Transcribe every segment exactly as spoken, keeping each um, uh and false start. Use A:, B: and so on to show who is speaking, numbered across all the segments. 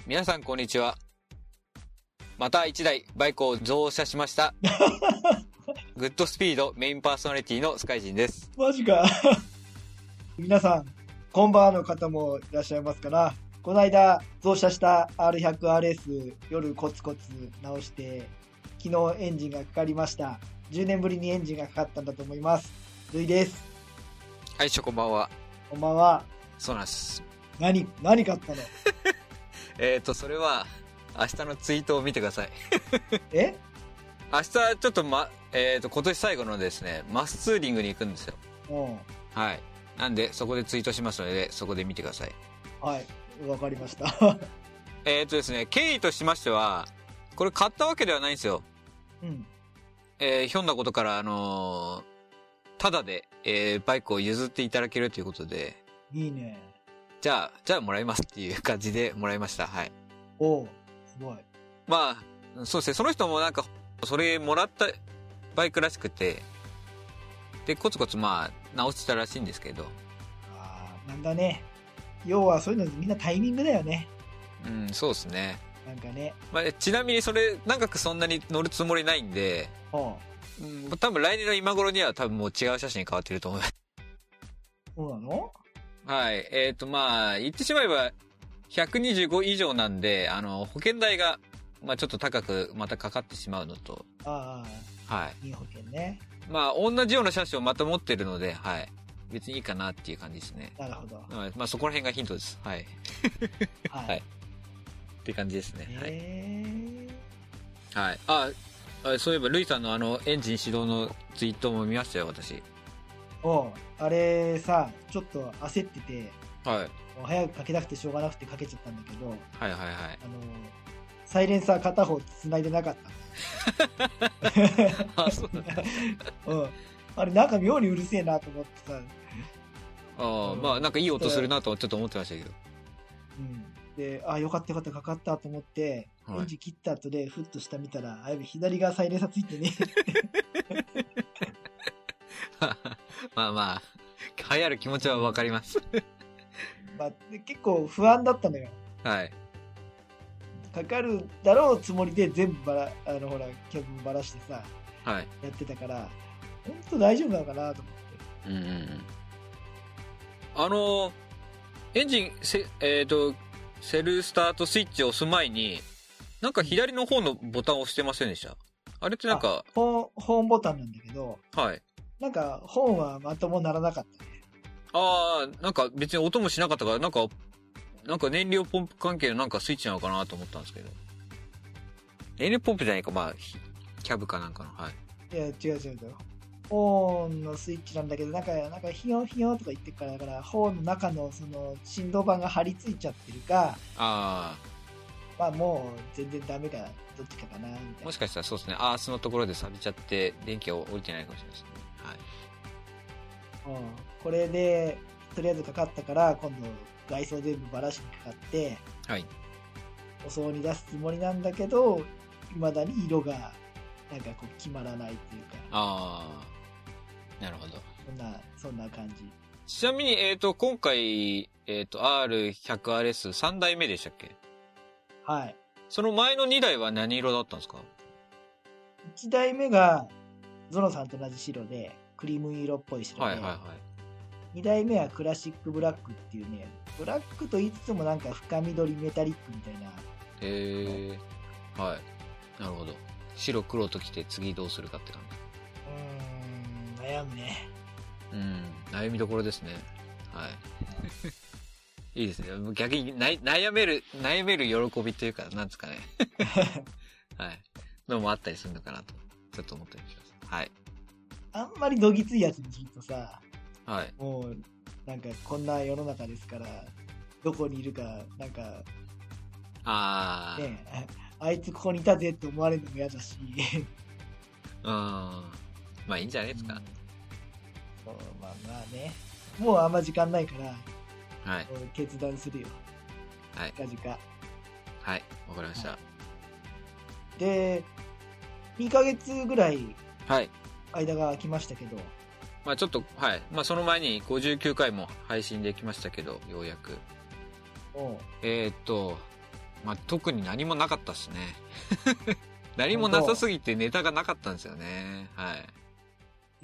A: 皆さんこんにちは。また一台バイクを増車しましたグッドスピードメインパーソナリティのスカイジンです。
B: マジか皆さんこんばんはの方もいらっしゃいますから、この間増車した アールひゃくアールエス 夜コツコツ直して昨日エンジンがかかりました。じゅうねんぶりにエンジンがかかったんだと思います。ルイです。
A: はい、しょこんばんは。
B: こんばんは。
A: そうなんです。
B: 何何買ったの
A: えっとそれは明日のツイートを見てください
B: え
A: 明日ちょっとまえっ、と今年最後のですねマスツーリングに行くんですよ。
B: うん。
A: はい。なんでそこでツイートしますのでそこで見てください。
B: はい、わかりました
A: えっとですね経緯としましてはこれ買ったわけではないんですよ。
B: うん。
A: えー、ひょんなことからあのー、タダで、えー、バイクを譲っていただけるということで、
B: いいね。
A: じゃあじゃあもらいますっていう感じでもらいました。はい。
B: おう、すごい。
A: まあそうですね、その人もなんかそれもらったバイクらしくて、でコツコツまあ直してたらしいんですけど、
B: ああ、なんだね。要はそういうのみんなタイミングだよね。
A: うん、そうですね。
B: なんかね。
A: まあ、ちなみにそれ長くそんなに乗るつもりないんで、
B: おう。
A: うん、多分来年の今頃には多分もう違う車種に変わってると思います。
B: そうなの？
A: はい。えっとまあ言ってしまえばひゃくにじゅうご以上なんで、あの保険代がまあちょっと高くまたかかってしまうのと、
B: ああ、
A: はい。
B: いい保険ね。
A: まあ同じような車種をまた持ってるので、はい。別にいいかなっていう感じですね。
B: なるほど。
A: はい。まあそこら辺がヒントです。はい。
B: はい。
A: はい。って感じですね。
B: へ
A: はい。はい。あ、あそういえばルイさんのあのエンジン始動のツイートも見ましたよ、私。
B: おう、あれさ、ちょっと焦ってて、
A: はい。
B: もう早くかけたくてしょうがなくてかけちゃったんだけど、
A: はいはいはい。
B: あの、サイレンサー片方繋いでなかった
A: あ、そうなんだ。
B: うん。あれなんか妙にうるせえなと思ってさ。
A: ああ、まあなんかいい音するなとちょっと思ってましたけど。
B: うん。で、あ、よかったよかったかかったと思って、
A: はい、
B: エンジン切った後でふっと下見たら、あやべ、左側サイレンサーついてね
A: まあまあ、流行る気持ちはわかります
B: まあ、で結構不安だったのよ。
A: はい。
B: かかるだろうつもりで全部ばら、あのほら、キャブばらしてさ、
A: はい。
B: やってたから、本当大丈夫なのかなと思って。
A: うんうんうん。あの、エンジン、せえっ、ー、と、セルスタートスイッチを押す前に、なんか左の方のボタンを押してませんでした？あれってなんか、
B: ホーン、ホーンボタンなんだけど、
A: はい。
B: なんか、ホーンはまともならなかったね。
A: ああ、なんか別に音もしなかったから、なんか、なんか燃料ポンプ関係のなんかスイッチなのかなと思ったんですけど。燃料ポンプじゃないか、まあ、キャブかなんかの、はい。
B: いや、違う違う違う。ホーンのスイッチなんだけど、なんか、なんか、ヒヨンヒヨンとか言ってるから、だから、ホーンの中の、その、振動板が張り付いちゃってるか、
A: あ
B: まあ、もう、全然ダメか、どっちかかな、みたい
A: あ、
B: な。
A: もしかしたらそうですね。アースのところで錆びちゃって、電気が降りてないかもしれないですね。はい。
B: うん。これで、とりあえずかかったから、今度、外装全部バラしにかかって、
A: はい。
B: お層に出すつもりなんだけど、未だに色が、なんかこう、決まらないっていうか。
A: ああ、なるほど。
B: そんな、そんな感じ。
A: ちなみに、えっ、ー、と、今回、えっ、ー、と、アールひゃくアールエスさん 代目でしたっけ？
B: はい。
A: その前のにだいは何色だったんですか？
B: いちだいめが、ゾノさんと同じ白で、クリーム色っぽい白で、
A: はいはいはい。
B: にだいめはクラシックブラックっていうね、ブラックと言いつつもなんか深緑メタリックみたいな。
A: へえー、はい。なるほど。白黒ときて次どうするかって感
B: じ。うーん、悩むね。
A: うん、悩みどころですね。はい。いいですね。逆に悩める、悩める喜びというか、なんですかね。はい。のもあったりするのかなと、ちょっと思ったりします。はい。
B: あんまりどぎついやつにするとさ、
A: はい。
B: もう、なんかこんな世の中ですから、どこにいるか、なんか、
A: あー。
B: ね、あいつここにいたぜって思われるのも嫌だし。
A: うん。まあいいんじゃないですか。うん、
B: そうまあまあね。もうあんま時間ないから、
A: はい。
B: 決断するよ。
A: はい。
B: 近々。
A: はい。わかりました。
B: で、にかげつぐらい、
A: はい。
B: 間が空きましたけど。
A: まあちょっと、はい。まあその前にごじゅうきゅうかいも配信できましたけど、ようやく。
B: おう
A: えー、っと、 まあ、特に何もなかったしね。何もなさすぎてネタがなかったんですよね。はい。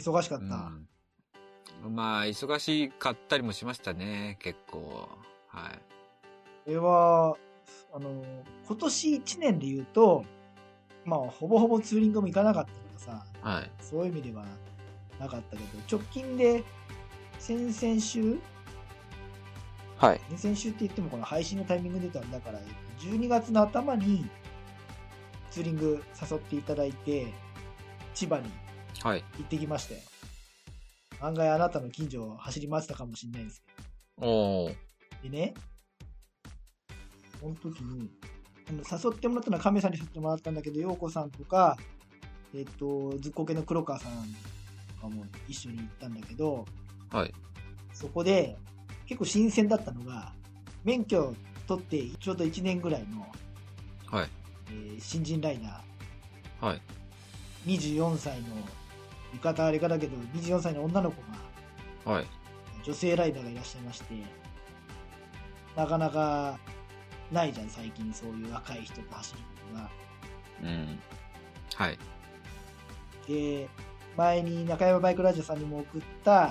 B: 忙しかった。
A: うん、まあ、忙しかったりもしましたね、結構。はい。
B: これは、あの、今年いちねんで言うと、まあ、ほぼほぼツーリングも行かなかったからさ、
A: はい。
B: そういう意味ではなかったけど、直近で、先々週
A: はい。
B: 先々週って言ってもこの配信のタイミングで言ったんだから、じゅうにがつの頭にツーリング誘っていただいて、千葉に行ってきましたよ。はい、案外あなたの近所を走り回ってたかもしれないですけど。
A: おー。
B: でね、その時に、あの誘ってもらったのは亀さんに誘ってもらったんだけど、陽子さんとか、えっと、ずっこけの黒川さんとかも一緒に行ったんだけど、
A: はい。
B: そこで、結構新鮮だったのが、免許を取ってちょうどいちねんぐらいの、
A: はい。
B: えー、新人ライダ
A: ー。はい。
B: にじゅうよんさいの、言い方あれかだけど、にじゅうよんさいの女の子
A: が、はい。
B: 女性ライダーがいらっしゃいまして、なかなかないじゃん、最近そういう若い人と走ることが。
A: うん。はい。
B: で、前に中山バイクラジオさんにも送った、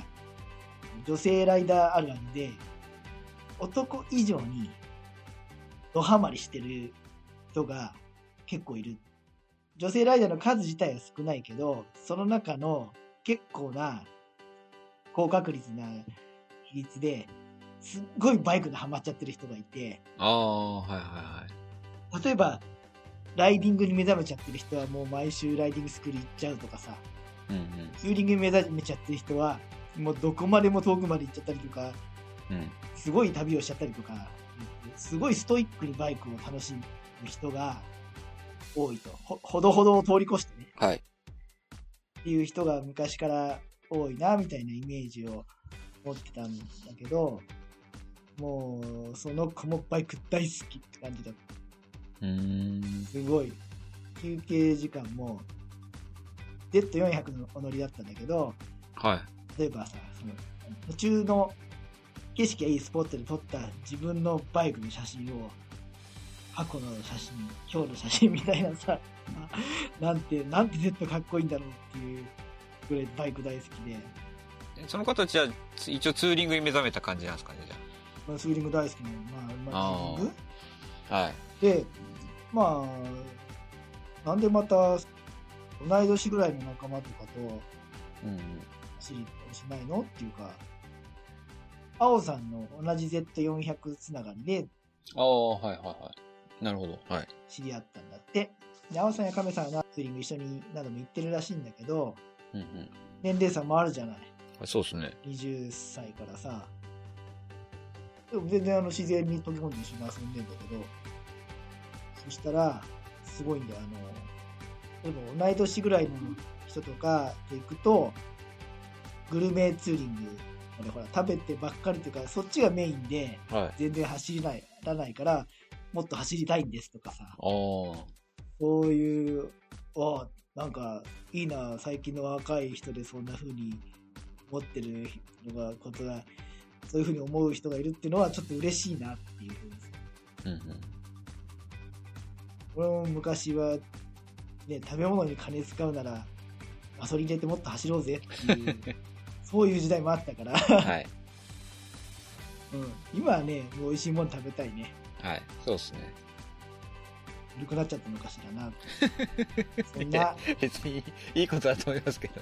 B: 女性ライダーあるあるで、男以上にドハマりしてる人が結構いる。女性ライダーの数自体は少ないけど、その中の結構な高確率な比率ですっごいバイクでハマっちゃってる人がいて、
A: ああ、はいはいはい。
B: 例えば、ライディングに目覚めちゃってる人はもう毎週ライディングスクール行っちゃうとかさ、
A: うんうん、
B: ツーリングに目覚めちゃってる人はもうどこまでも遠くまで行っちゃったりとか、
A: うん、
B: すごい旅をしちゃったりとか、すごいストイックにバイクを楽しむ人が多いと。ほ、ほどほどを通り越してね。
A: はい。
B: っていう人が昔から多いな、みたいなイメージを持ってたんだけど、もう、その子もバイク大好きって感じだった。
A: うーん。
B: すごい。休憩時間も、ゼットよんひゃく のお乗りだったんだけど、
A: はい。
B: 例えばさ、その途中の景色がいいスポットで撮った自分のバイクの写真を、過去の写真、今日の写真みたいなさ、なんて、なんて Z かっこいいんだろうっていうぐらいバイク大好きで。
A: その方たちは一応ツーリングに目覚めた感じなんですかね、じゃ
B: まあ、ツーリング大好きなの、まあ、まあ、ツーリング
A: はい。
B: で、まあ、なんでまた、同い年ぐらいの仲間とかと、走りしないのっていうか、青さんの同じ ゼットよんひゃく つながりで、
A: ああ、はいはいはい。なるほど。はい。
B: 知り合ったんだって。で、青さんや亀さんはツーリング一緒になども行ってるらしいんだけど、
A: うんうん、
B: 年齢差もあるじゃない。
A: そうですね。
B: はたちからさ。でも全然あの自然に溶け込んで一緒に遊んでんだけど、そしたら、すごいんだよ。あの、でも同い年ぐらいの人とかで行くと、グルメツーリング、俺ほら食べてばっかりとか、そっちがメインで、全然走りないらないから、もっと走りたいんですとかさ。そういう、あなんかいいな、最近の若い人でそんな風に思ってるのがことが、そういう風に思う人がいるっていうのはちょっと嬉しいなっていう風です。うんうん。俺も昔はね、食べ物に金使うならガソリン入れてもっと走ろうぜっていうそういう時代もあったからはい、うん、今はね、もう美味しいもの食べたいね。
A: はい、そうですね。
B: 古くなっちゃったのかしらな。そんな
A: 別にいいことだと思いますけど。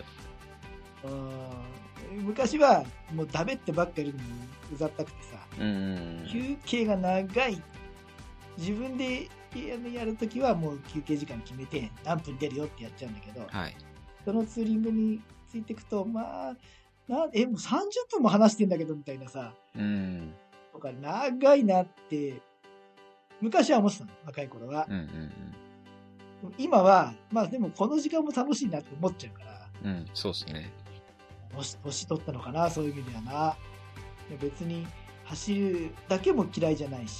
B: うん、昔はもう食べってばっかりにうざったくてさ、うんうん、休憩が長い。自分でやるときはもう休憩時間決めて何分出るよってやっちゃうんだけど、はい、そのツーリングについていくと、まあなえもうさんじゅっぷんも話してんだけどみたいなさ、うん、とか長いなって昔は思ってたの、若い頃は、うんうんうん、今はまあでもこの時間も楽しいなって思っちゃうから、
A: うん、そうですね。
B: 年年取ったのかな、そういう意味ではな。別に走るだけも嫌いじゃないし、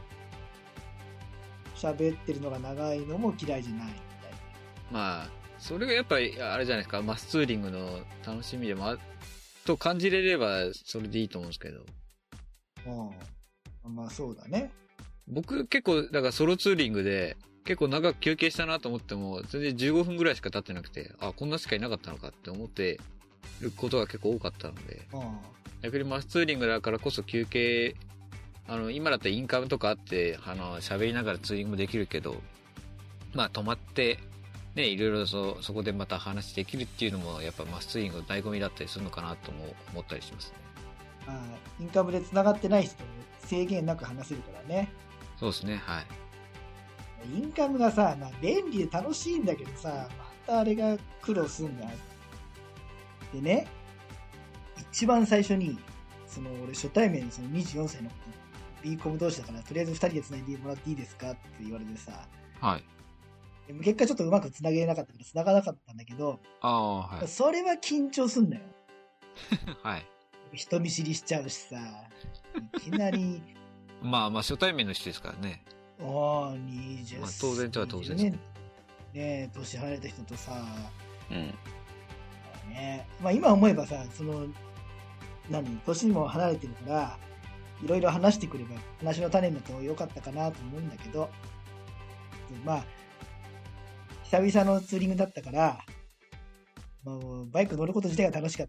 B: 喋ってるのが長いのも嫌いじゃないみたいな。
A: まあそれがやっぱりあれじゃないですか、マスツーリングの楽しみでもあると感じれればそれでいいと思うんですけど。
B: うん、まあそうだね。
A: 僕結構、だからソロツーリングで、結構長く休憩したなと思っても、全然じゅうごふんぐらいしか経ってなくて、あ、こんなしかいなかったのかって思ってることが結構多かったので、
B: うん。
A: 逆にマスツーリングだからこそ休憩、あの、今だったらインカムとかあって、あの、喋りながらツーリングもできるけど、まあ止まって、ね、いろいろそ、そこでまた話できるっていうのも、やっぱマスツーリングの醍醐味だったりするのかなとも思ったりしますね。
B: あインカムで繋がってない人も制限なく話せるからね。
A: そうですね、はい。
B: インカムがさ、まあ、便利で楽しいんだけどさ、またあれが苦労すんだ。でね、一番最初に、その俺初対面のそのにじゅうよんさいの B コム同士だから、とりあえずふたりで繋いでもらっていいですかって言われてさ、
A: はい。
B: でも結果ちょっとうまく繋げなかったから繋がなかったんだけど、
A: ああ、はい。
B: それは緊張すんだよ。
A: はい。
B: 人見知りしちゃうしさ、いきなり、
A: まあまあ初対面の人ですからね。
B: おー、にじゅっ
A: まあ当然とは当然です
B: ね
A: ね。
B: ねえ、年離れた人とさ、
A: うん。
B: ね、まあ今思えばさ、その、何、年にも離れてるから、いろいろ話してくれば、話の種になってよかったかなと思うんだけど、まあ、久々のツーリングだったから、もうバイク乗ること自体が楽しかった。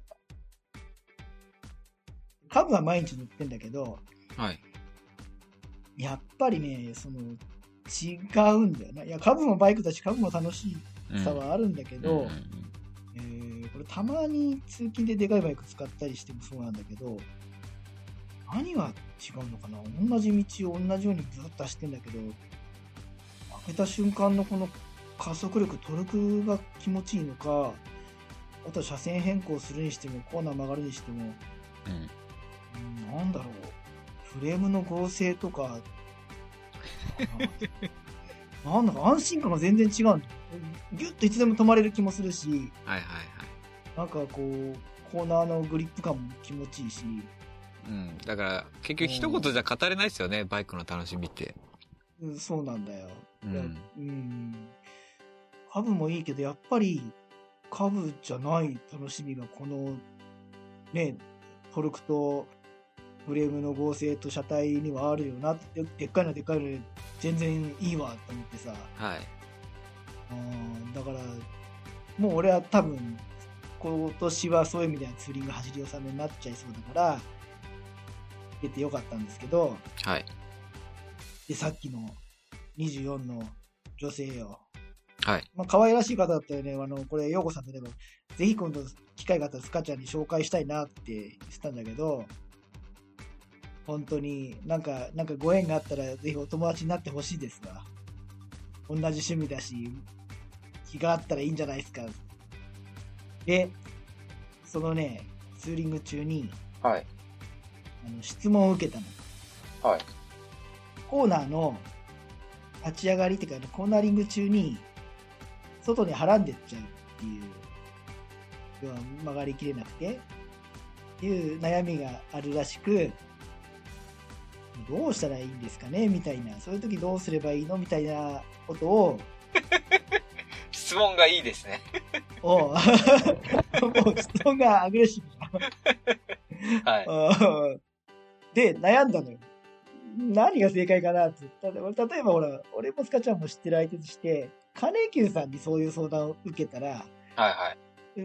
B: カブは毎日乗ってんだけど、
A: はい。
B: やっぱりね、その、違うんだよな。いや、カブもバイクだし、カブも楽しさはあるんだけど、
A: うんうんうん
B: えー、これたまに通勤ででかいバイク使ったりしてもそうなんだけど、何が違うのかな。同じ道を同じようにずっと走ってんだけど、開けた瞬間のこの加速力、トルクが気持ちいいのか、あとは車線変更するにしても、コーナー曲がるにしても、
A: うん。
B: うん、なんだろう、フレームの合成とか、なんだか安心感が全然違うんだよ。ギュッといつでも止まれる気もするし、
A: はいはいはい。
B: なんかこう、コーナーのグリップ感も気持ちいいし。
A: うん。だから、結局一言じゃ語れないですよね、バイクの楽しみって。
B: うん、そうなんだよ。
A: うん。
B: うん。カブもいいけど、やっぱり、カブじゃない楽しみがこの、ね、トルクとフレームの合成と車体にはあるよなって、でっかいのでっかいので全然いいわと思ってさ。
A: はい。
B: うんだから、もう俺は多分、今年はそういう意味ではツーリング走り納めになっちゃいそうだから、出てよかったんですけど、
A: はい。
B: で、さっきのにじゅうよんの女性よ。
A: はい。
B: まあ、可愛らしい方だったよね。あの、これ、ヨーコさんとでも、ぜひ今度、機会があったらスカちゃんに紹介したいなって言ってたんだけど、本当になんか、なんかご縁があったら、ぜひお友達になってほしいですわ。同じ趣味だし、気があったらいいんじゃないですか。で、そのね、ツーリング中に、
A: はい。
B: あの質問を受けたの。
A: はい。
B: コーナーの立ち上がりっていうか、コーナリング中に、外にはらんでっちゃうっていう、要は曲がりきれなくて、っていう悩みがあるらしく、どうしたらいいんですかねみたいな、そういう時どうすればいいのみたいなことを、
A: 質問がいいですね。
B: をもう質問がアグレッシブ
A: はい。
B: な。で、悩んだのよ。何が正解かなって。例えばほら、俺もスカちゃんも知ってる相手として、金久さんにそういう相談を受けたら、
A: はいはい。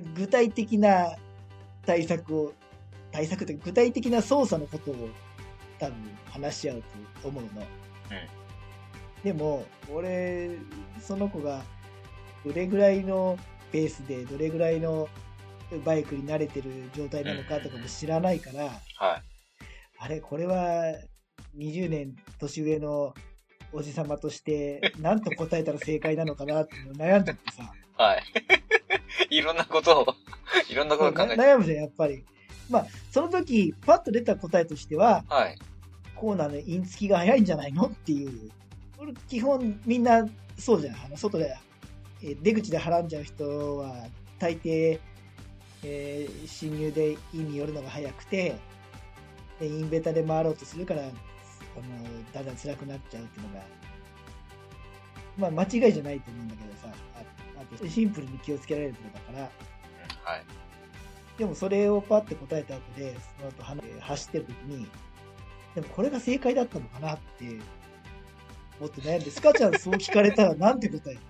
B: 具体的な対策を、対策というか具体的な操作のことを多分話し合うと思うの。うん。でも、俺、その子がどれぐらいのペースで、どれぐらいのバイクに慣れてる状態なのかとかも知らないから、
A: はい。
B: あれ、これはにじゅうねん年上のおじさまとして何と答えたら正解なのかなって悩んじゃってさ。
A: はい。いろんなことを、いろんなことを考えて。
B: 悩むじゃん、やっぱり。まあ、その時、パッと出た答えとしては、
A: はい。
B: コーナーのイン付きが早いんじゃないのっていう。基本みんなそうじゃん。あの外で、え出口ではらんじゃう人は、大抵、えー、侵入でインに寄るのが早くて、でインベタで回ろうとするから、あのだんだん辛くなっちゃうっていうのが、まあ間違いじゃないと思うんだけどさ、あ, あとシンプルに気をつけられるってことだから、
A: はい。
B: でもそれをパッて答えた後で、その後走ってる時に、でもこれが正解だったのかなってもっと悩んで、スカちゃんそう聞かれたらなんて答える？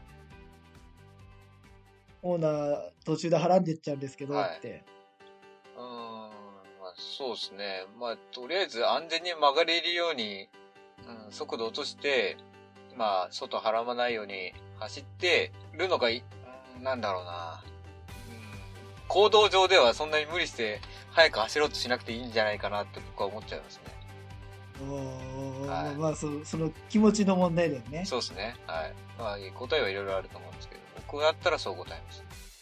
B: オーナー途中ではらんでっちゃうんですけど、
A: はい、
B: って
A: うーん、まあ、そうですね。まあとりあえず安全に曲がれるように、うん、速度落として、まあ外はらまないように走ってるのがい、うん、なんだろうな、うん、行動上ではそんなに無理して早く走ろうとしなくていいんじゃないかなって僕は思っちゃいますね。
B: お、
A: はい、
B: まあそその気持ちの問題だよね。
A: そうですね。はい。まあ答えはいろいろあると思うんですけど、僕だったらそう答えます。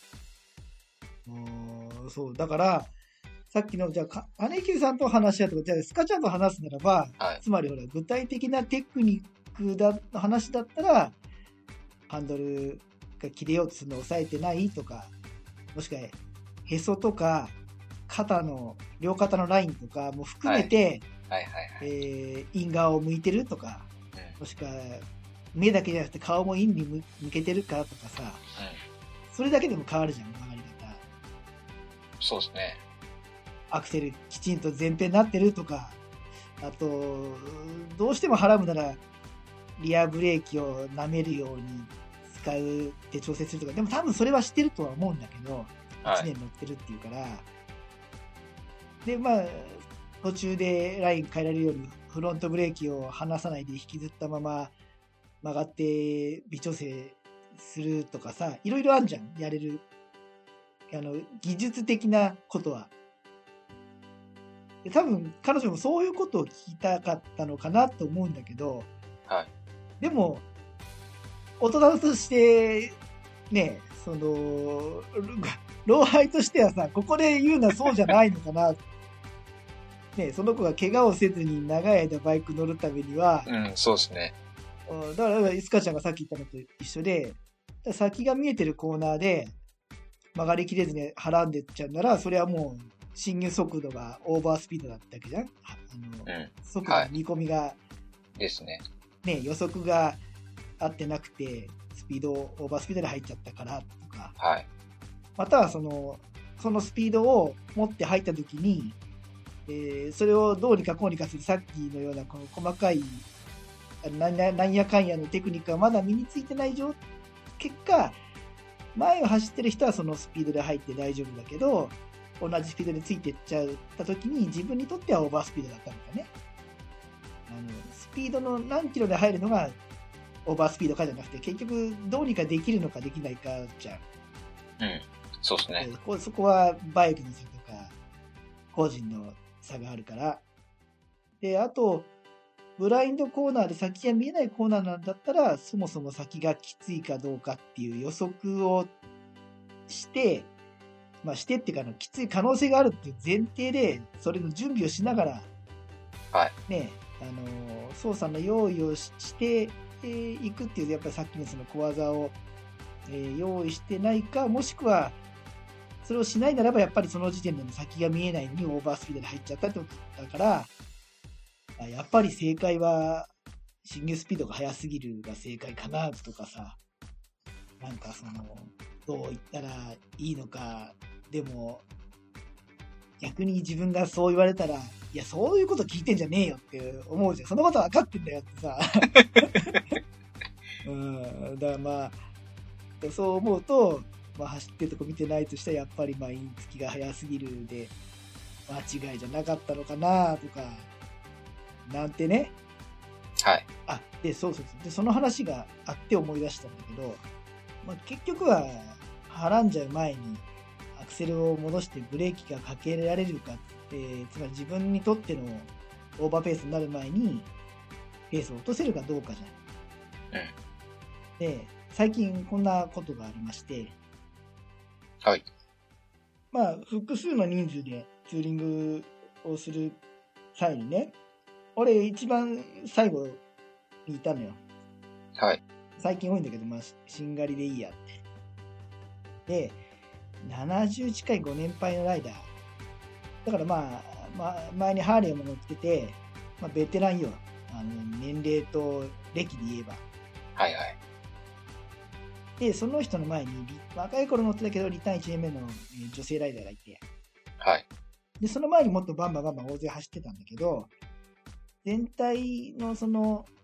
B: お、そうだからさっきのじゃあか姉貴さんと話し合うとか、じゃあスカちゃんと話すならば、
A: はい、
B: つまりほら具体的なテクニックだの話だったら、ハンドルが切れようとするのを抑えてないとか、もしくはへそとか肩の両肩のラインとかも含めて、
A: はい、はいはいはい、
B: えー、イン側を向いてるとか、
A: うん、
B: もしくは目だけじゃなくて顔もインに向けてるかとかさ、うん、それだけでも変わるじゃん、曲がり方。
A: そうですね。
B: アクセルきちんと前辺になってるとか、あとどうしてもはらむならリアブレーキを舐めるように使うって調整するとか、でも多分それはしてるとは思うんだけど、いちねん乗ってるっていうから、はい、でまあ途中でライン変えられるようにフロントブレーキを離さないで引きずったまま曲がって微調整するとかさ、いろいろあるじゃん、やれるあの技術的なことは。多分彼女もそういうことを聞きたかったのかなと思うんだけど、
A: はい、
B: でも大人としてね、その老輩としてはさ、ここで言うのはそうじゃないのかな。ね、その子が怪我をせずに長い間バイク乗るためには、
A: うん、そうですね。
B: だから、いつかちゃんがさっき言ったのと一緒で、先が見えてるコーナーで曲がりきれずにはらんでっちゃうなら、それはもう進入速度がオーバースピードだったわけじゃん。あの、うん、速度の見込みが、はい、
A: ですね。
B: ね、予測が合ってなくて、スピード、オーバースピードで入っちゃったからとか、
A: はい、ま
B: たはその、そのスピードを持って入った時に、えー、それをどうにかこうにかするさっきのようなこの細かいなんや、なんやかんやのテクニックがまだ身についてない状結果、前を走ってる人はそのスピードで入って大丈夫だけど、同じスピードでついてっちゃった時に自分にとってはオーバースピードだったのかね。あのスピードの何キロで入るのがオーバースピードかじゃなくて、結局どうにかできるのかできないかじゃん。
A: うん、そうですね。
B: そこはバイクの差とか個人の差があるから。で、あとブラインドコーナーで先が見えないコーナーなんだったら、そもそも先がきついかどうかっていう予測をして、まあしてっていうか、きつい可能性があるっていう前提で、それの準備をしながら、
A: はい。
B: ね、あの、操作の用意をしてい、えー、くっていう、やっぱりさっきのその小技を、えー、用意してないか、もしくは、それをしないならば、やっぱりその時点での先が見えないのにオーバースピードで入っちゃったってことだから、やっぱり正解は進入スピードが速すぎるが正解かなとかさ、なんかそのどう言ったらいいのか、でも逆に自分がそう言われたら、いやそういうこと聞いてんじゃねえよって思うじゃん。そのこと分かってんだよってさうん、だからまあそう思うと、まあ、走ってるとこ見てないとしたらやっぱりまあインつきが速すぎるで間違いじゃなかったのかなとかなんてね。
A: はい。
B: あ、で、そうそうそう。で、その話があって思い出したんだけど、まあ、結局は、はらんじゃう前に、アクセルを戻してブレーキがかけられるかって、つまり自分にとってのオーバーペースになる前に、ペースを落とせるかどうかじゃん。うん。で、最近こんなことがありまして、
A: はい。
B: まあ、複数の人数でツーリングをする際にね、俺一番最後にいたのよ。
A: はい。
B: 最近多いんだけど、まあ、しんがりでいいやって。で、ななじゅう近いご年配のライダー。だからまあ、まあ、前にハーレーも乗ってて、まあ、ベテランよ。あの年齢と歴で言えば。
A: はいはい。
B: で、その人の前に、若い頃乗ってたけど、リターンいちねんめの女性ライダーがいて。
A: はい。
B: で、その前にもっとバンバンバンバン大勢走ってたんだけど、全体のその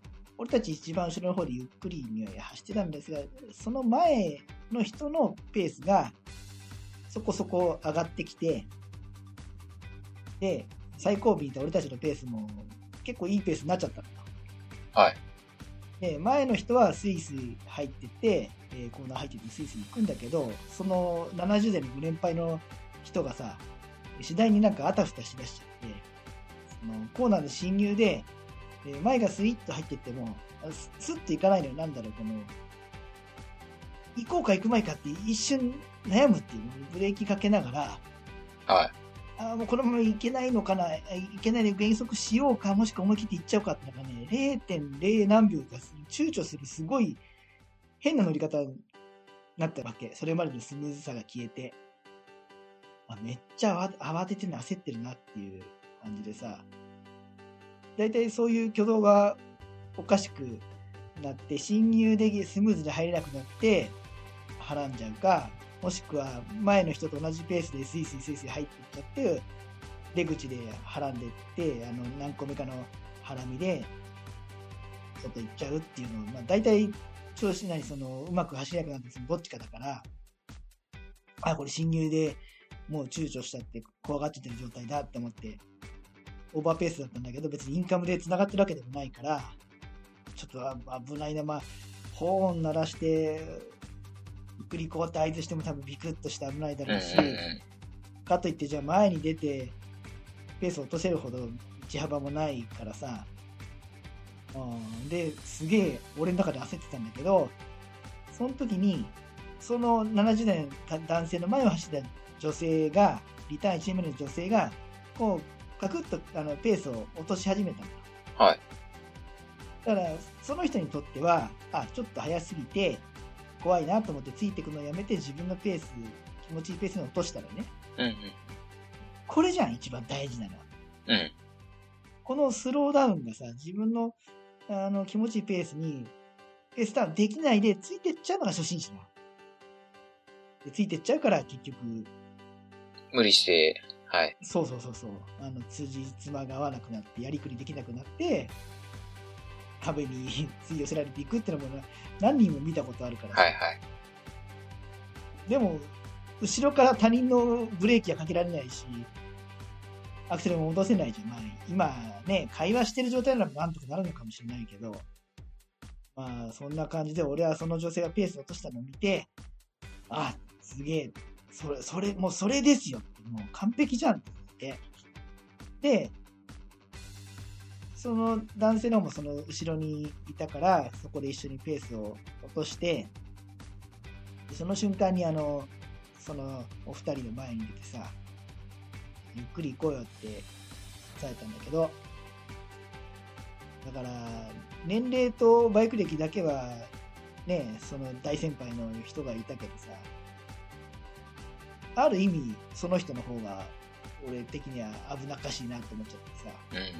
B: 俺たち一番後ろの方でゆっくりには走ってたんですが、その前の人のペースがそこそこ上がってきて、で、最後尾にいた俺たちのペースも結構いいペースになっちゃったの。
A: はい。
B: で、前の人はスイスイ入ってて、えー、コーナー入っててスイスイ行くんだけど、そのななじゅう代のご年配の人がさ、次第になんかあたふたしだしちゃって、そのコーナーの進入で、えー、前がスイッと入ってっても、スッと行かないのよ。なんだろう、この、行こうか行く前かって一瞬悩むっていうのブレーキかけながら、
A: はい。
B: あもうこのままいけないのかな、いけないで減速しようか、もしくは思い切っていっちゃうかってなんかね、れいてんれい 何秒か躊躇するすごい変な乗り方になったわけ。それまでのスムーズさが消えて。あめっちゃ慌ててる焦ってるなっていう感じでさ、だいたいそういう挙動がおかしくなって、進入でスムーズに入れなくなって、はらんじゃうか、もしくは前の人と同じペースでスイスイスイスイ入っていっちゃって、出口ではらんでいって、あの何個目かのハラミで外行っちゃうっていうのを、まあ、大体調子なりそのうまく走れなくなってそのどっちかだから、あこれ進入でもう躊躇したって怖がっててる状態だって思ってオーバーペースだったんだけど、別にインカムで繋がってるわけでもないから、ちょっと危ないな、まあホーン鳴らしてゆっくり行こうって合図しても多分ビクッとして危ないだろうし、かといってじゃあ前に出てペースを落とせるほど道幅もないからさ、うん、ですげえ俺の中で焦ってたんだけど、その時にそのななじゅう代の男性の前を走った女性が、リターンいちねんめの女性がこうガクッとあのペースを落とし始めたんだ。
A: はい。
B: だからその人にとってはあちょっと早すぎて怖いなと思ってついていくのをやめて自分のペース、気持ちいいペースに落としたらね、
A: うんうん、
B: これじゃん一番大事なのは、
A: うん、
B: このスローダウンがさ、自分のあの気持ちいいペースにペースダウンできないでついてっちゃうのが初心者なで、ついてっちゃうから結局
A: 無理して、はい、
B: そうそうそうそう、あの辻褄が合わなくなってやりくりできなくなって壁に吸い寄せられていくっていうのも何人も見たことあるからさ、
A: はいはい、
B: でも後ろから他人のブレーキはかけられないしアクセルも戻せないじゃん。まあ、今ね会話してる状態ならなんとかなるのかもしれないけど、まあそんな感じで俺はその女性がペースを落としたのを見て、あすげえ、それそれもうそれですよって、もう完璧じゃんって言って、でその男性の方もその後ろにいたからそこで一緒にペースを落として、その瞬間にあのそのお二人の前に出てさ、ゆっくり行こうよって伝えたんだけど、だから年齢とバイク歴だけはね、その大先輩の人がいたけどさ、ある意味その人の方が俺的には危なっかしいなと思っちゃってさ、
A: うんうん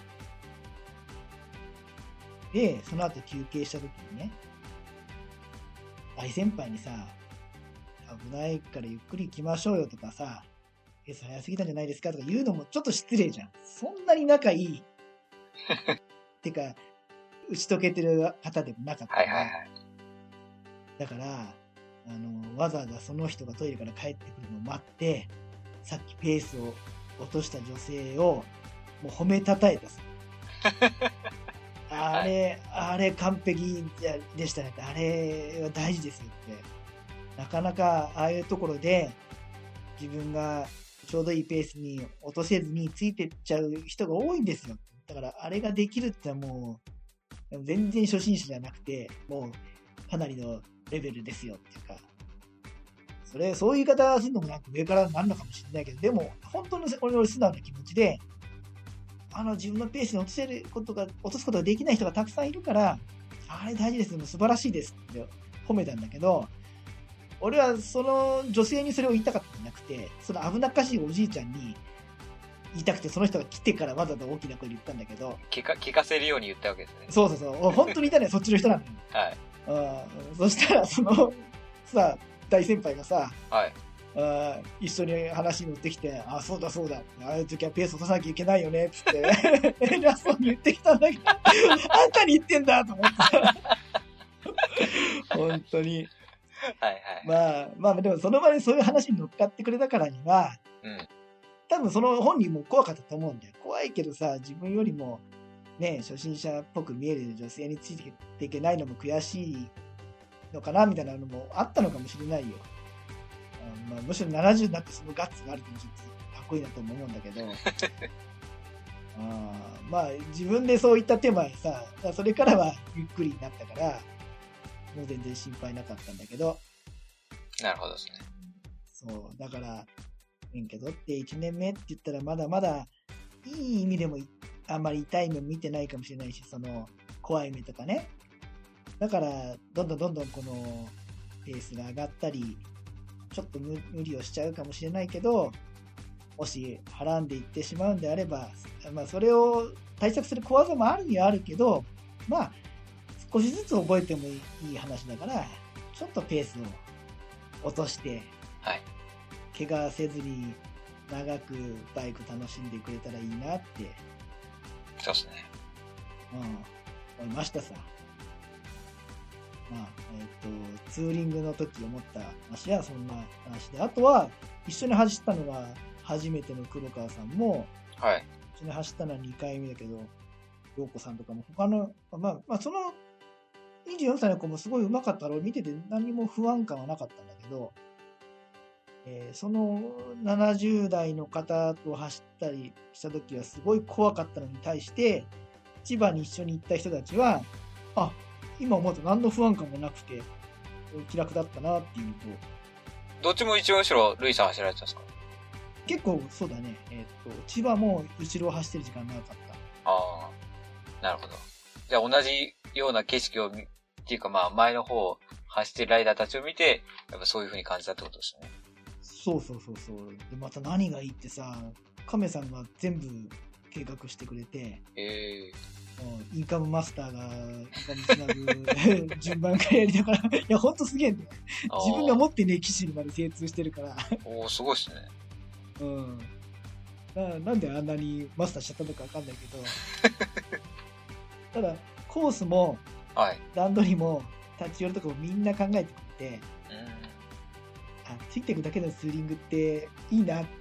B: でその後休憩した時にね、大先輩にさ、危ないからゆっくり行きましょうよとかさ、ペース早すぎたんじゃないですかとか言うのもちょっと失礼じゃん。そんなに仲いいてか打ち解けてる方でもなかった、ね、
A: はいはいはい。
B: だからあのわざわざその人がトイレから帰ってくるのを待って、さっきペースを落とした女性をもう褒めたたえたさあれ、あれ完璧でしたねって、あれは大事ですよって。なかなかああいうところで自分がちょうどいいペースに落とせずについてっちゃう人が多いんですよ。だからあれができるってのはもう全然初心者じゃなくて、もうかなりのレベルですよっていうか、それそういう言い方するのもなんか上からなるのかもしれないけど、でも本当の俺の素直な気持ちで、あの自分のペースに落とせることが落とすことができない人がたくさんいるから、あれ大事です、素晴らしいですって褒めたんだけど、俺はその女性にそれを言いたかったんじゃなくて、その危なっかしいおじいちゃんに言いたくて、その人が来てからわざと大きな声で言ったんだけど、
A: 聞か、聞かせるように言ったわけですね。
B: そうそうそう、本当にいたのはそっちの人なのよ。
A: はい。
B: あそしたらそのさ大先輩がさ、
A: はい、
B: あ一緒に話に乗ってきて、あ、そうだそうだ、ああいう時はペース落とさなきゃいけないよね、つって、偉そうに言ってきたんだけど、あんたに言ってんだと思ってさ、本当に。
A: はいはい。
B: まあ、まあでもその場でそういう話に乗っかってくれたからには、
A: うん。
B: 多分その本人も怖かったと思うんだよ。怖いけどさ、自分よりもね、初心者っぽく見える女性についていけないのも悔しいのかなみたいなのもあったのかもしれないよ。あまあ、むしろななじゅうになってそのガッツがあるとちょっとかっこいいなと思うんだけどあまあ自分でそういった手前さ、それからはゆっくりになったからもう全然心配なかったんだけど。
A: なるほどですね。
B: そうだから免許取っていちねんめって言ったらまだまだいい意味でもあんまり痛い目見てないかもしれないし、その怖い目とかね。だからどんどんどんどんこのペースが上がったりちょっと 無, 無理をしちゃうかもしれないけど、もしはらんでいってしまうんであれば、まあ、それを対策する怖さもあるにはあるけど、まあ少しずつ覚えてもいい話だからちょっとペースを落として、
A: はい、
B: 怪我せずに長くバイク楽しんでくれたらいいなって。
A: そうですね。
B: うん、思いましたさ。まあ、えっ、と、ツーリングの時思った話はそんな話で、あとは一緒に走ったのが初めての黒川さんも、
A: はい。
B: 一緒に走ったのはにかいめだけど、陽子さんとかも他の、まあ、まあ、そのにじゅうよんさいの子もすごい上手かったから見てて何も不安感はなかったんだけど、えー、そのななじゅう代の方と走ったりした時はすごい怖かったのに対して、千葉に一緒に行った人たちは、あ、今思うと何の不安感もなくて気楽だったなっていうと。
A: どっちも一番後ろルイさん走られてたんですか？
B: 結構そうだね。えっ、と千葉も後ろを走ってる時間長かった。
A: ああ、なるほど。じゃあ同じような景色を見っていうかまあ前の方を走ってるライダーたちを見て、やっぱそういう風に感じたってことですね。
B: そうそうそうそう。でまた何がいいってさ、亀さんが全部計画してくれて。
A: ええー。
B: インカムマスターがインカムつなぐ順番からやりながら、いや、ほんとすげえんだよ。自分が持ってねえ機種にまで精通してるから。
A: おー、すごいっすね。
B: うん。な, なんであんなにマスターしちゃったのかわかんないけど。ただ、コースも、
A: はい、
B: 段取りも、立ち寄るとかもみんな考えてくれて、
A: うん、
B: あ、ついていくだけのツーリングっていいなって。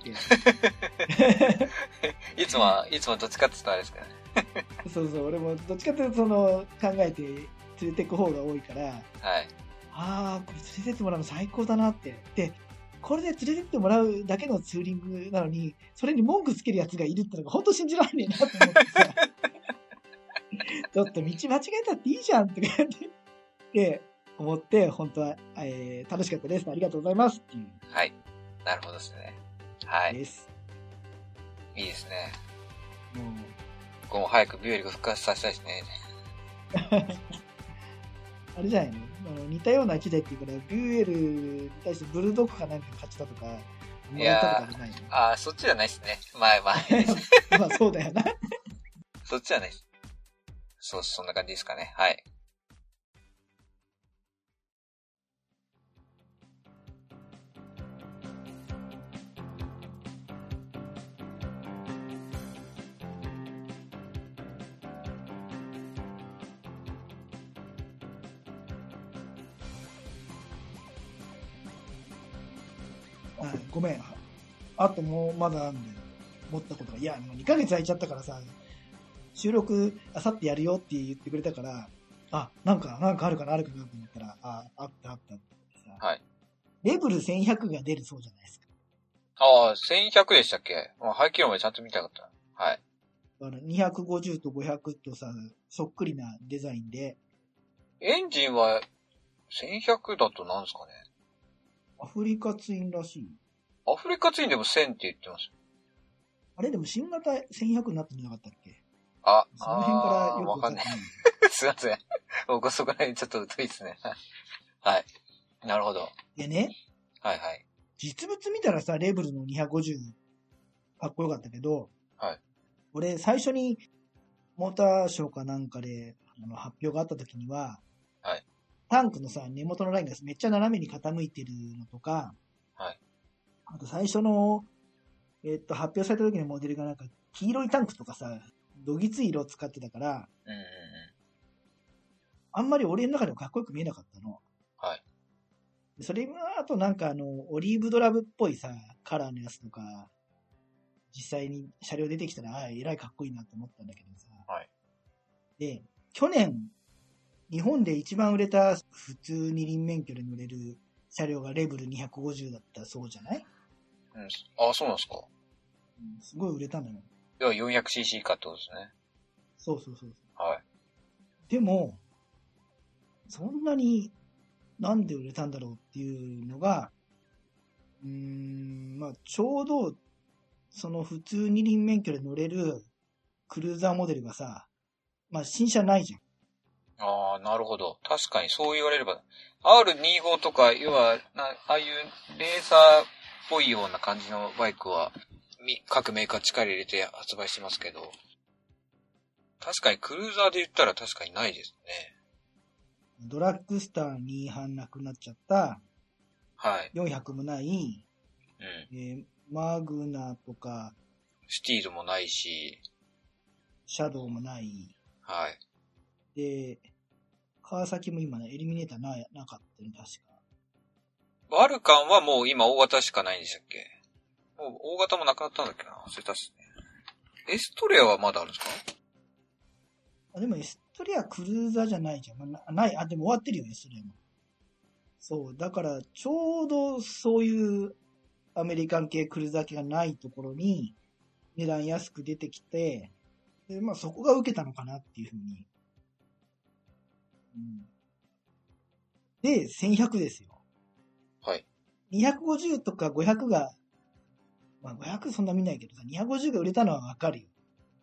A: いつもは、いつもどっちかって言ったらあれですかね。
B: そうそう、俺もどっちかというとその考えて連れてく方が多いから、
A: はい。
B: ああ、これ連れてってもらうの最高だなって。で、これで連れてってもらうだけのツーリングなのに、それに文句つけるやつがいるってのが本当信じられねえなと思ってさ、ちょっと道間違えたっていいじゃんって言って思って、本当は、えー、楽しかったです。ありがとうございますっていう。
A: はい。なるほどですね。はい。
B: です。
A: いいですね。
B: もう
A: 僕も早くビューエルが復活させたいですね。
B: あれじゃないの？あの似たようないちだいっていうから、ビューエルに対してブルドッグかなんか勝ちたとか、もらったとかじゃないの？
A: ああ、そっちじゃないですね。まあまあ。
B: まあそうだよな。
A: そっちじゃないです。そう、そんな感じですかね。はい。
B: ごめん。あともうまだあるんで、思ったことが。いや、もうにかげつ空いちゃったからさ、収録あさってやるよって言ってくれたから、あ、なんか、なんかあるかな、あるかなと思ったら、あ、あったあったってさ、
A: はい。
B: レベルせんひゃくが出るそうじゃないですか。
A: ああ、せんひゃくでしたっけ？まあ、排気量までちゃんと見たかった。はい。
B: にひゃくごじゅうとごひゃくとさ、そっくりなデザインで。
A: エンジンはせんひゃくだとなんですかね？
B: アフリカツインらしい。
A: アフリカツインでもせんって言ってます。
B: あれでも新型せんひゃくになってなかったっけ？
A: あ、
B: その辺からよくわかんない。
A: すいません。僕そこら辺ちょっと疎いですね。はい。なるほど。
B: でね。
A: はいはい。
B: 実物見たらさ、レベルのにひゃくごじゅうかっこよかったけど、
A: はい。
B: 俺最初にモーターショーかなんかであの発表があった時には、
A: はい。
B: タンクのさ、根元のラインがめっちゃ斜めに傾いてるのとか、
A: はい。
B: あと最初の、えっと、発表された時のモデルがなんか、黄色いタンクとかさ、どぎつい色を使ってたから、
A: うんうんうん。
B: あんまり俺の中でもかっこよく見えなかったの。
A: はい。
B: それが、あとなんかあの、オリーブドラムっぽいさ、カラーのやつとか、実際に車両出てきたら、ああ、えらいかっこいいなと思ったんだけどさ。
A: はい。
B: で、去年、日本で一番売れた普通二輪免許で乗れる車両がレベルにひゃくごじゅうだったそうじゃない？
A: うん。ああ、そうなんですか。
B: うん、すごい売れたのよ。
A: 要は よんひゃくシーシー 以下ってことですね。
B: そうそうそう。
A: はい。
B: でも、そんなになんで売れたんだろうっていうのが、うーん、まあ、ちょうど、その普通二輪免許で乗れるクルーザーモデルがさ、まあ、新車ないじゃん。
A: ああ、なるほど。確かにそう言われれば。アールにじゅうご とか、要は、なああいうレーサーっぽいような感じのバイクは、み各メーカー力入れて発売してますけど、確かにクルーザーで言ったら確かにないですね。
B: ドラッグスターに班なくなっちゃった、
A: はい。
B: よんひゃくもない、
A: うん。
B: えーマグナとか、
A: スティールもないし、
B: シャドウもない。
A: はい。
B: で、川崎も今ね、エリミネーターななかったね、確か。
A: バルカンはもう今大型しかないんでしたっけ？もう大型もなくなったんだっけな？忘れたっすね。エストレアはまだあるんですか？
B: あでもエストレアクルーザーじゃないじゃん。まあ、なない。あ、でも終わってるよ、エストレアも。そう。だから、ちょうどそういうアメリカン系クルーザー系がないところに値段安く出てきて、で、まあそこが受けたのかなっていうふうに。うん、で、せんひゃくですよ。
A: はい。
B: にひゃくごじゅうとかごひゃくが、まあごひゃくそんな見ないけどさ、にひゃくごじゅうが売れたのはわかるよ。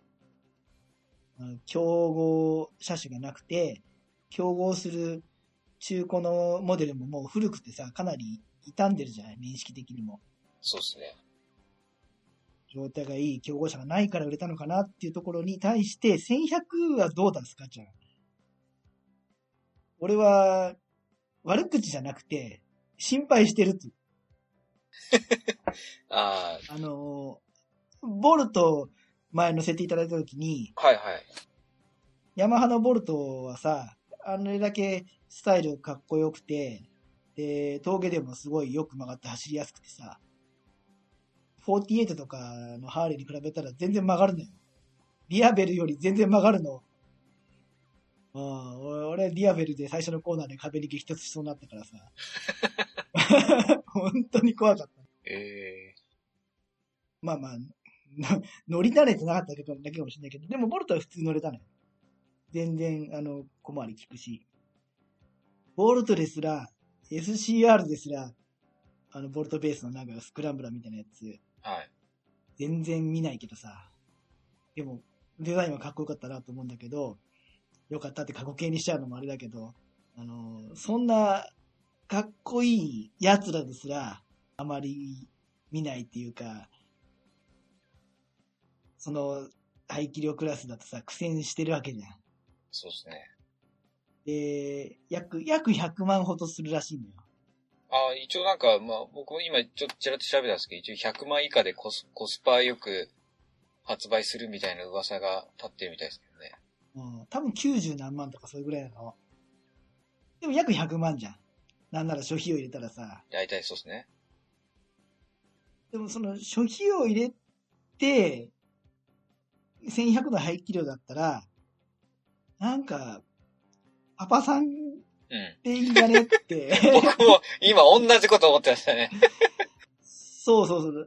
B: 競合車種がなくて、競合する中古のモデルももう古くてさ、かなり傷んでるじゃない、面識的にも。
A: そうですね。
B: 状態がいい競合車がないから売れたのかなっていうところに対して、せんひゃくはどう出すかじゃん。俺は、悪口じゃなくて、心配してるって。
A: あ
B: あの、ボルト前乗せていただいたときに、
A: あ、はいはい。
B: ヤマハのボルトはさ、あれだけスタイルかっこよくて、で、峠でもすごいよく曲がって走りやすくてさ、よんじゅうはちとかのハーレーに比べたら全然曲がるのよ。ディアベルより全然曲がるの。ああ、俺、ディアベルで最初のコーナーで壁に激突しそうになったからさ。本当に怖かった。
A: ええ
B: まあまあ、乗り慣れてなかっただけかもしれないけど、でもボルトは普通乗れたのよ。全然、あの、小回り効くし。ボルトですら、エスシーアール ですら、あの、ボルトベースのなんかスクランブラーみたいなやつ、
A: はい。
B: 全然見ないけどさ。でも、デザインはかっこよかったなと思うんだけど、よかったって過去形にしちゃうのもあれだけど、あの、そんな、かっこいい奴らですら、あまり見ないっていうか、その、排気量クラスだとさ、苦戦してるわけじゃん。
A: そうですね。
B: で、約、約ひゃくまんほどするらしいのよ。
A: ああ、一応なんか、まあ僕も今ちょっとちらっと調べたんですけど、一応ひゃくまん以下でコスコスパよく発売するみたいな噂が立ってるみたいですけどね。
B: うん、多分きゅうじゅうなんまんとかそういうぐらいなの。でも約ひゃくまんじゃん。なんなら諸費用入れたらさ。
A: 大体そうですね。
B: でもその諸費用入れて、せんひゃくの排気量だったら、なんか、パパさんっていいんじゃねって。
A: 僕も今同じこと思ってましたね。
B: そうそうそう。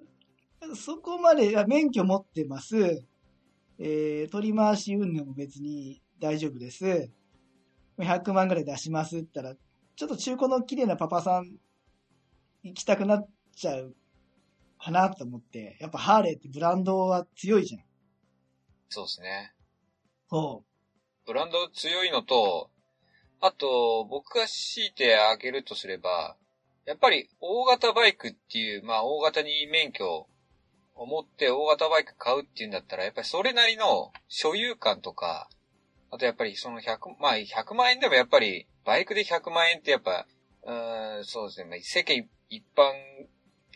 B: そこまで、免許持ってます。えー、取り回し運動も別に大丈夫です。ひゃくまんぐらい出しますって言ったら、ちょっと中古の綺麗なパパさん行きたくなっちゃうかなと思って。やっぱハーレーってブランドは強いじゃん。
A: そうですね。
B: そう。
A: ブランド強いのと、あと、僕が強いてあげるとすれば、やっぱり大型バイクっていう、まあ大型に免許を持って大型バイク買うっていうんだったら、やっぱりそれなりの所有感とか、あとやっぱりそのひゃく、まあひゃくまん円でもやっぱり、バイクでひゃくまん円ってやっぱ、うーん、そうですね、まあ、世間一般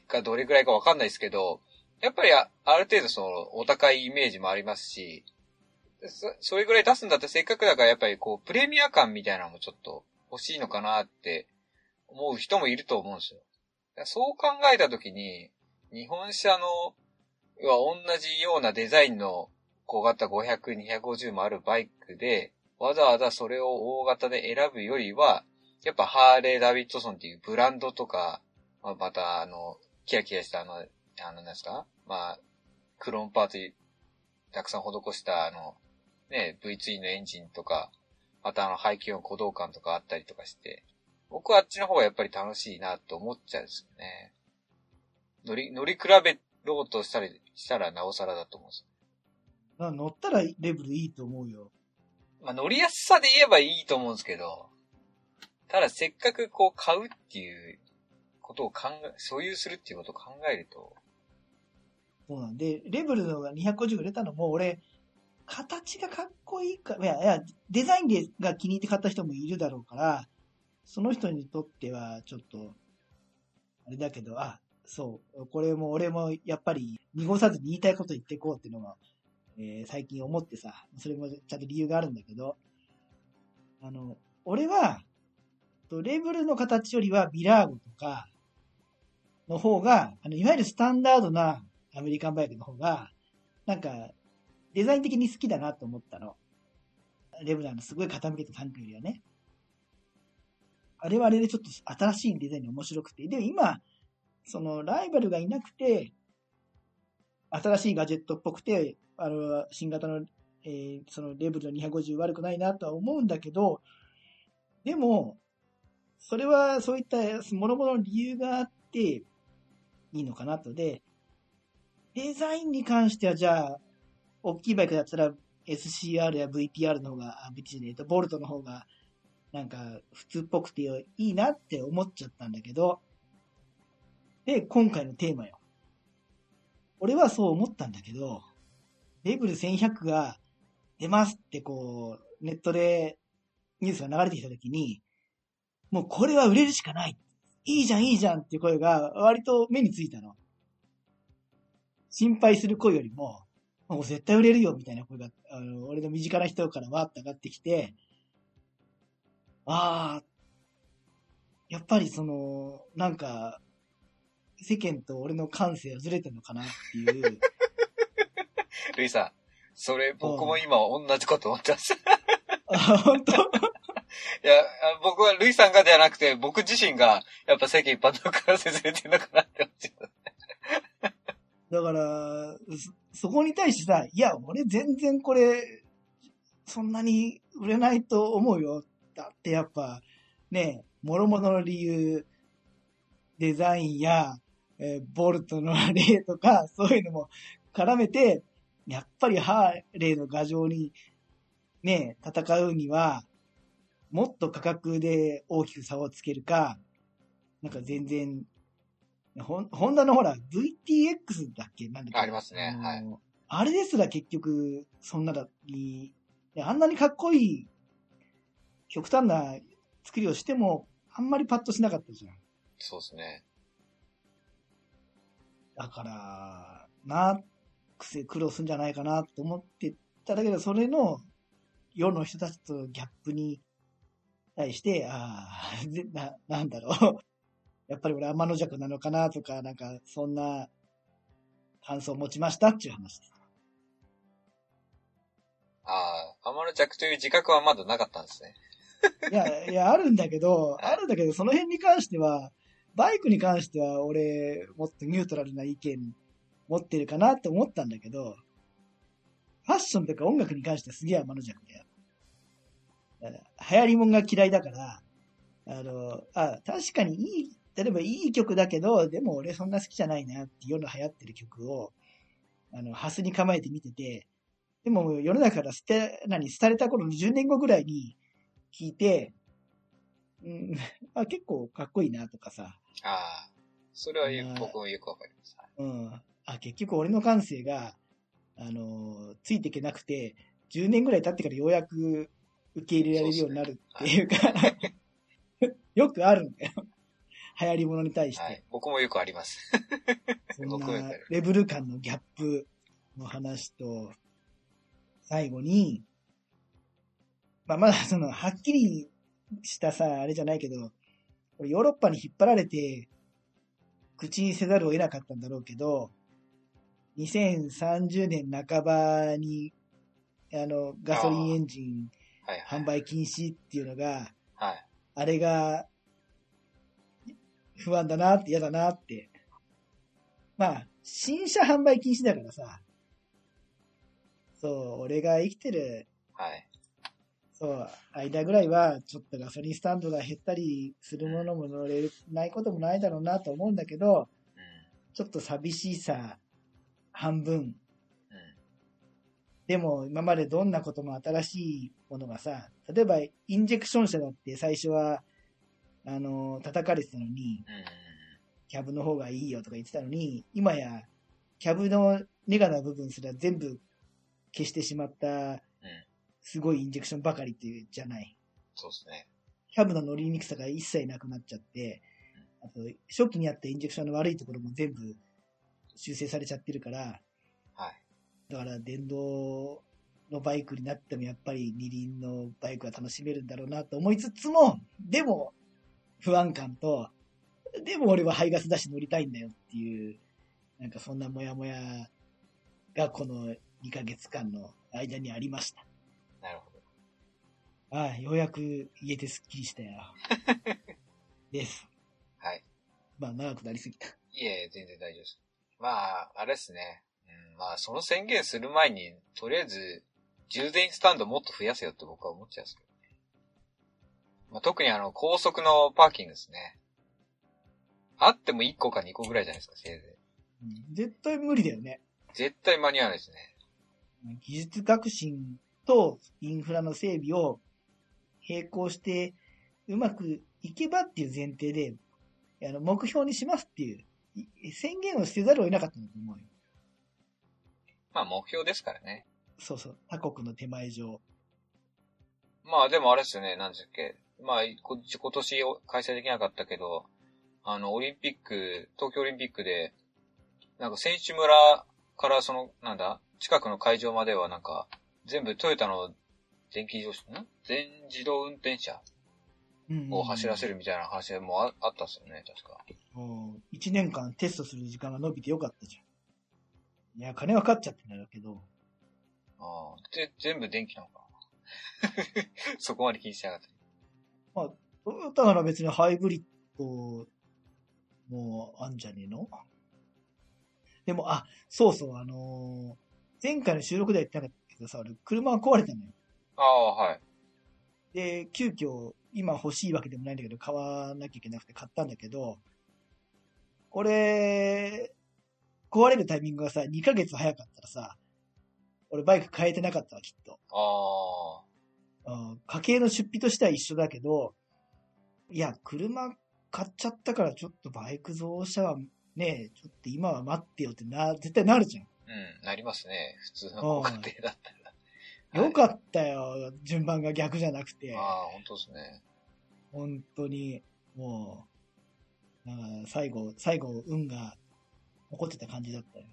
A: がどれぐらいかわかんないですけど、やっぱり あ, ある程度そのお高いイメージもありますし、そ, それぐらい出すんだってせっかくだからやっぱりこうプレミア感みたいなのもちょっと欲しいのかなって思う人もいると思うんですよ。そう考えたときに、日本車のは同じようなデザインの小型ごひゃく、にひゃくごじゅうもあるバイクで、わざわざそれを大型で選ぶよりは、やっぱハーレー・ダビッドソンっていうブランドとか、まあ、またあの、キラキラしたあの、あの、なんですかまあ、クローンパーツたくさん施したあの、ね、ブイツーイー のエンジンとか、またあの排気音鼓動感とかあったりとかして、僕はあっちの方がやっぱり楽しいなと思っちゃうんですよね。乗り、乗り比べろうとしたりしたらなおさらだと思うんです。
B: まあ、乗ったらレベルいいと思うよ。
A: まあ乗りやすさで言えばいいと思うんですけど、ただせっかくこう買うっていうことを考え、所有するっていうことを考えると。
B: そうなんで、レベルのがにひゃくごじゅうが出たのも俺、形がかっこいいか、いや、いや、デザインでが気に入って買った人もいるだろうから、その人にとってはちょっと、あれだけど、あ、そう、これも俺もやっぱり濁さずに言いたいこと言っていこうっていうのが、えー、最近思ってさ、それもちゃんと理由があるんだけど、あの、俺は、レベルの形よりはビラーゴとかの方が、あの、いわゆるスタンダードなアメリカンバイクの方が、なんか、デザイン的に好きだなと思ったの。レブラーのすごい傾けたタンクよりはね。あれはあれでちょっと新しいデザインに面白くて。でも今、そのライバルがいなくて、新しいガジェットっぽくて、あの、新型の、えー、そのレベルのにひゃくごじゅう悪くないなとは思うんだけど、でも、それはそういった諸々の理由があっていいのかなと。で、デザインに関してはじゃあ、大きいバイクだったら エスシーアール や ブイティーアール の方が、ブイティーアール で言うとボルトの方がなんか普通っぽくていいなって思っちゃったんだけど、で、今回のテーマよ。俺はそう思ったんだけど、レベルせんひゃくが出ますってこう、ネットでニュースが流れてきたときに、もうこれは売れるしかない。いいじゃんいいじゃんっていう声が割と目についたの。心配する声よりも、もう絶対売れるよみたいな声が、あの、俺の身近な人からわーって上がってきて、ああ、やっぱりその、なんか、世間と俺の感性はずれてるのかなっていう。
A: ルイさん、それ僕も今同じこと思ってます。
B: あ、本当？い
A: や、僕はルイさんがではなくて、僕自身が、やっぱ世間一般の感性ずれてるのかなって思っちゃった。
B: だから、そ、そこに対してさ、いや、俺全然これ、そんなに売れないと思うよ。だってやっぱ、ね、諸々の理由、デザインや、えー、ボルトの例とか、そういうのも絡めて、やっぱりハーレーの牙城に、ね、戦うには、もっと価格で大きく差をつけるか、なんか全然、ホンホンダのほら、ブイティーエックス だっけなんだっけ
A: ありますね。はい。
B: あれですら結局、そんなだに、あんなにかっこいい、極端な作りをしても、あんまりパッとしなかったじゃん。
A: そうですね。
B: だから、な、苦苦労するんじゃないかなと思ってただけど、それの世の人たちとのギャップに対して、ああ、な、なんだろう。やっぱり俺天の弱なのかなとか、なんか、そんな感想を持ちましたっていう話です。
A: ああ、天の弱という自覚はまだなかったんですね。
B: いや、いや、あるんだけど、あるんだけど、その辺に関しては、バイクに関しては俺、もっとニュートラルな意見持ってるかなって思ったんだけど、ファッションとか音楽に関してはすげえ天の弱だよ。流行りもんが嫌いだから、あの、あ、確かにいい、例えばいい曲だけど、でも俺そんな好きじゃないなって世の流行ってる曲を、あの、ハスに構えて見てて、でも世の中から捨て、何、廃れた頃のじゅうねんごぐらいに聞いて、うん、あ、結構かっこいいなとかさ。
A: ああ、それは僕もよくわかります。
B: うん。あ、結局俺の感性が、あの、ついていけなくて、じゅうねんぐらい経ってからようやく受け入れられるようになるっていうか、ねはい、よくあるんだよ。 流行り物に対して。
A: はい。僕もよくあります。
B: そんなレベル感のギャップの話と、最後に、まあ、まだその、はっきりしたさ、あれじゃないけど、ヨーロッパに引っ張られて、口にせざるを得なかったんだろうけど、にせんさんじゅうねん半ばに、あの、ガソリンエンジン販売禁止っていうのが、
A: はい、
B: あれが不安だなって嫌だなって。まあ、新車販売禁止だからさ、そう、俺が生きてる、
A: はい、
B: そう、間ぐらいは、ちょっとガソリンスタンドが減ったりするものも乗れないこともないだろうなと思うんだけど、
A: うん、
B: ちょっと寂しさ、半分。
A: うん、
B: でも、今までどんなことも新しいものがさ、例えば、インジェクション車だって最初は、あの、叩かれてたのに、
A: うん、
B: キャブの方がいいよとか言ってたのに、今や、キャブのネガな部分すら全部消してしまった、すごいインジェクションばかりっていうじゃない。
A: そうですね。
B: キャブの乗りにくさが一切なくなっちゃって、あと、初期にあったインジェクションの悪いところも全部修正されちゃってるから、
A: はい。
B: だから電動のバイクになってもやっぱり二輪のバイクは楽しめるんだろうなと思いつつも、でも不安感と、でも俺は排ガスだし乗りたいんだよっていう、なんかそんなモヤモヤがこのにかげつかんの間にありました。
A: なるほど。
B: ああ、ようやく言えてすっきりしたよ。です。
A: はい。
B: まあ長くなりすぎた。
A: いえ、全然大丈夫です。まあ、あれですね。うん、まあ、その宣言する前に、とりあえず、充電スタンドもっと増やせよって僕は思っちゃうんですけどね。まあ、特にあの、高速のパーキングですね。あってもいっこかにこぐらいじゃないですか、せいぜ
B: い。うん、絶対無理だよね。
A: 絶対間に合わないですね。
B: 技術革新とインフラの整備を並行してうまくいけばっていう前提で、あの目標にしますっていう宣言をせざるを得なかったんだと思うよ。
A: まあ目標ですからね。
B: そうそう。他国の手前上。
A: まあでもあれですよね、なんですっけ。まあ今年開催できなかったけど、あのオリンピック、東京オリンピックで、なんか選手村からその、なんだ、近くの会場まではなんか、全部トヨタの電気自動車、ん全自動運転車を走らせるみたいな話も あ, あったっすよね、確か。
B: いちねんかんテストする時間が伸びてよかったじゃん。いや、金はかかっちゃってんだけど。
A: ああ、で、全部電気なのかな。そこまで気にしなかった。
B: まあ、トヨタなら別にハイブリッドもあんじゃねえの？でも、あ、そうそう、あのー、前回の収録では言ってなかったけどさ、俺、車が壊れたのよ。
A: ああ、はい。
B: で、急遽、今欲しいわけでもないんだけど、買わなきゃいけなくて買ったんだけど、これ、壊れるタイミングがさ、にかげつ早かったらさ、俺バイク変えてなかったわ、きっと。
A: あ
B: あ。家計の出費としては一緒だけど、いや、車買っちゃったからちょっとバイク増車はね、ちょっと今は待ってよってな、絶対なるじゃん。
A: うん、なりますね。普通のご家庭だったら。
B: よかったよ、順番が逆じゃなくて。
A: ああ、本当ですね。
B: 本当に、もう、なんか最後、最後、運が残ってた感じだったよ。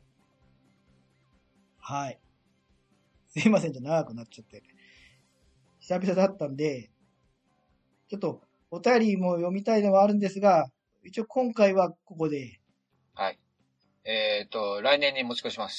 B: はい。すいません、じゃ長くなっちゃって。久々だったんで、ちょっとお便りも読みたいのはあるんですが、一応今回はここで。
A: はい。えっと、来年に持ち越します。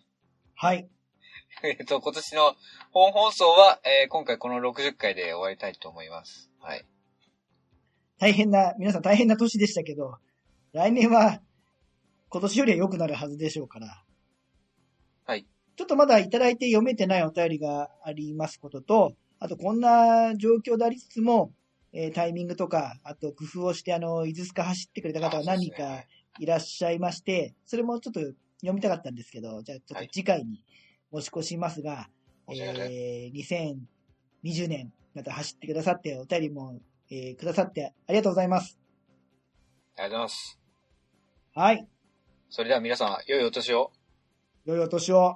B: はい。
A: えっと、今年の本放送は、えー、今回このろくじゅっかいで終わりたいと思います。はい。
B: 大変な、皆さん大変な年でしたけど、来年は今年よりは良くなるはずでしょうから。
A: はい。
B: ちょっとまだいただいて読めてないお便りがありますことと、あとこんな状況でありつつも、えー、タイミングとか、あと工夫をして、あの、伊豆スカ走ってくれた方が何人かいらっしゃいまして、それもちょっと読みたかったんですけど、じゃあちょっと次回に持ち越しますが、はい、えー、にせんにじゅうねん、また走ってくださって、お便りも、えー、くださってありがとうございます。
A: ありがとうございます。
B: はい。
A: それでは皆さん、良いお年を。
B: 良いお年を。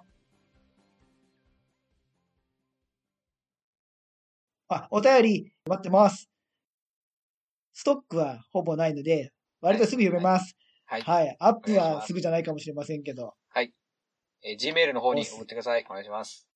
B: あ、お便り待ってます。ストックはほぼないので、 割とすぐ読めます。
A: はい。
B: はい。アップ
A: お願いします
B: はすぐじゃないかもしれませんけど。
A: はい。えー、Gmail の方に送ってください。お願いします。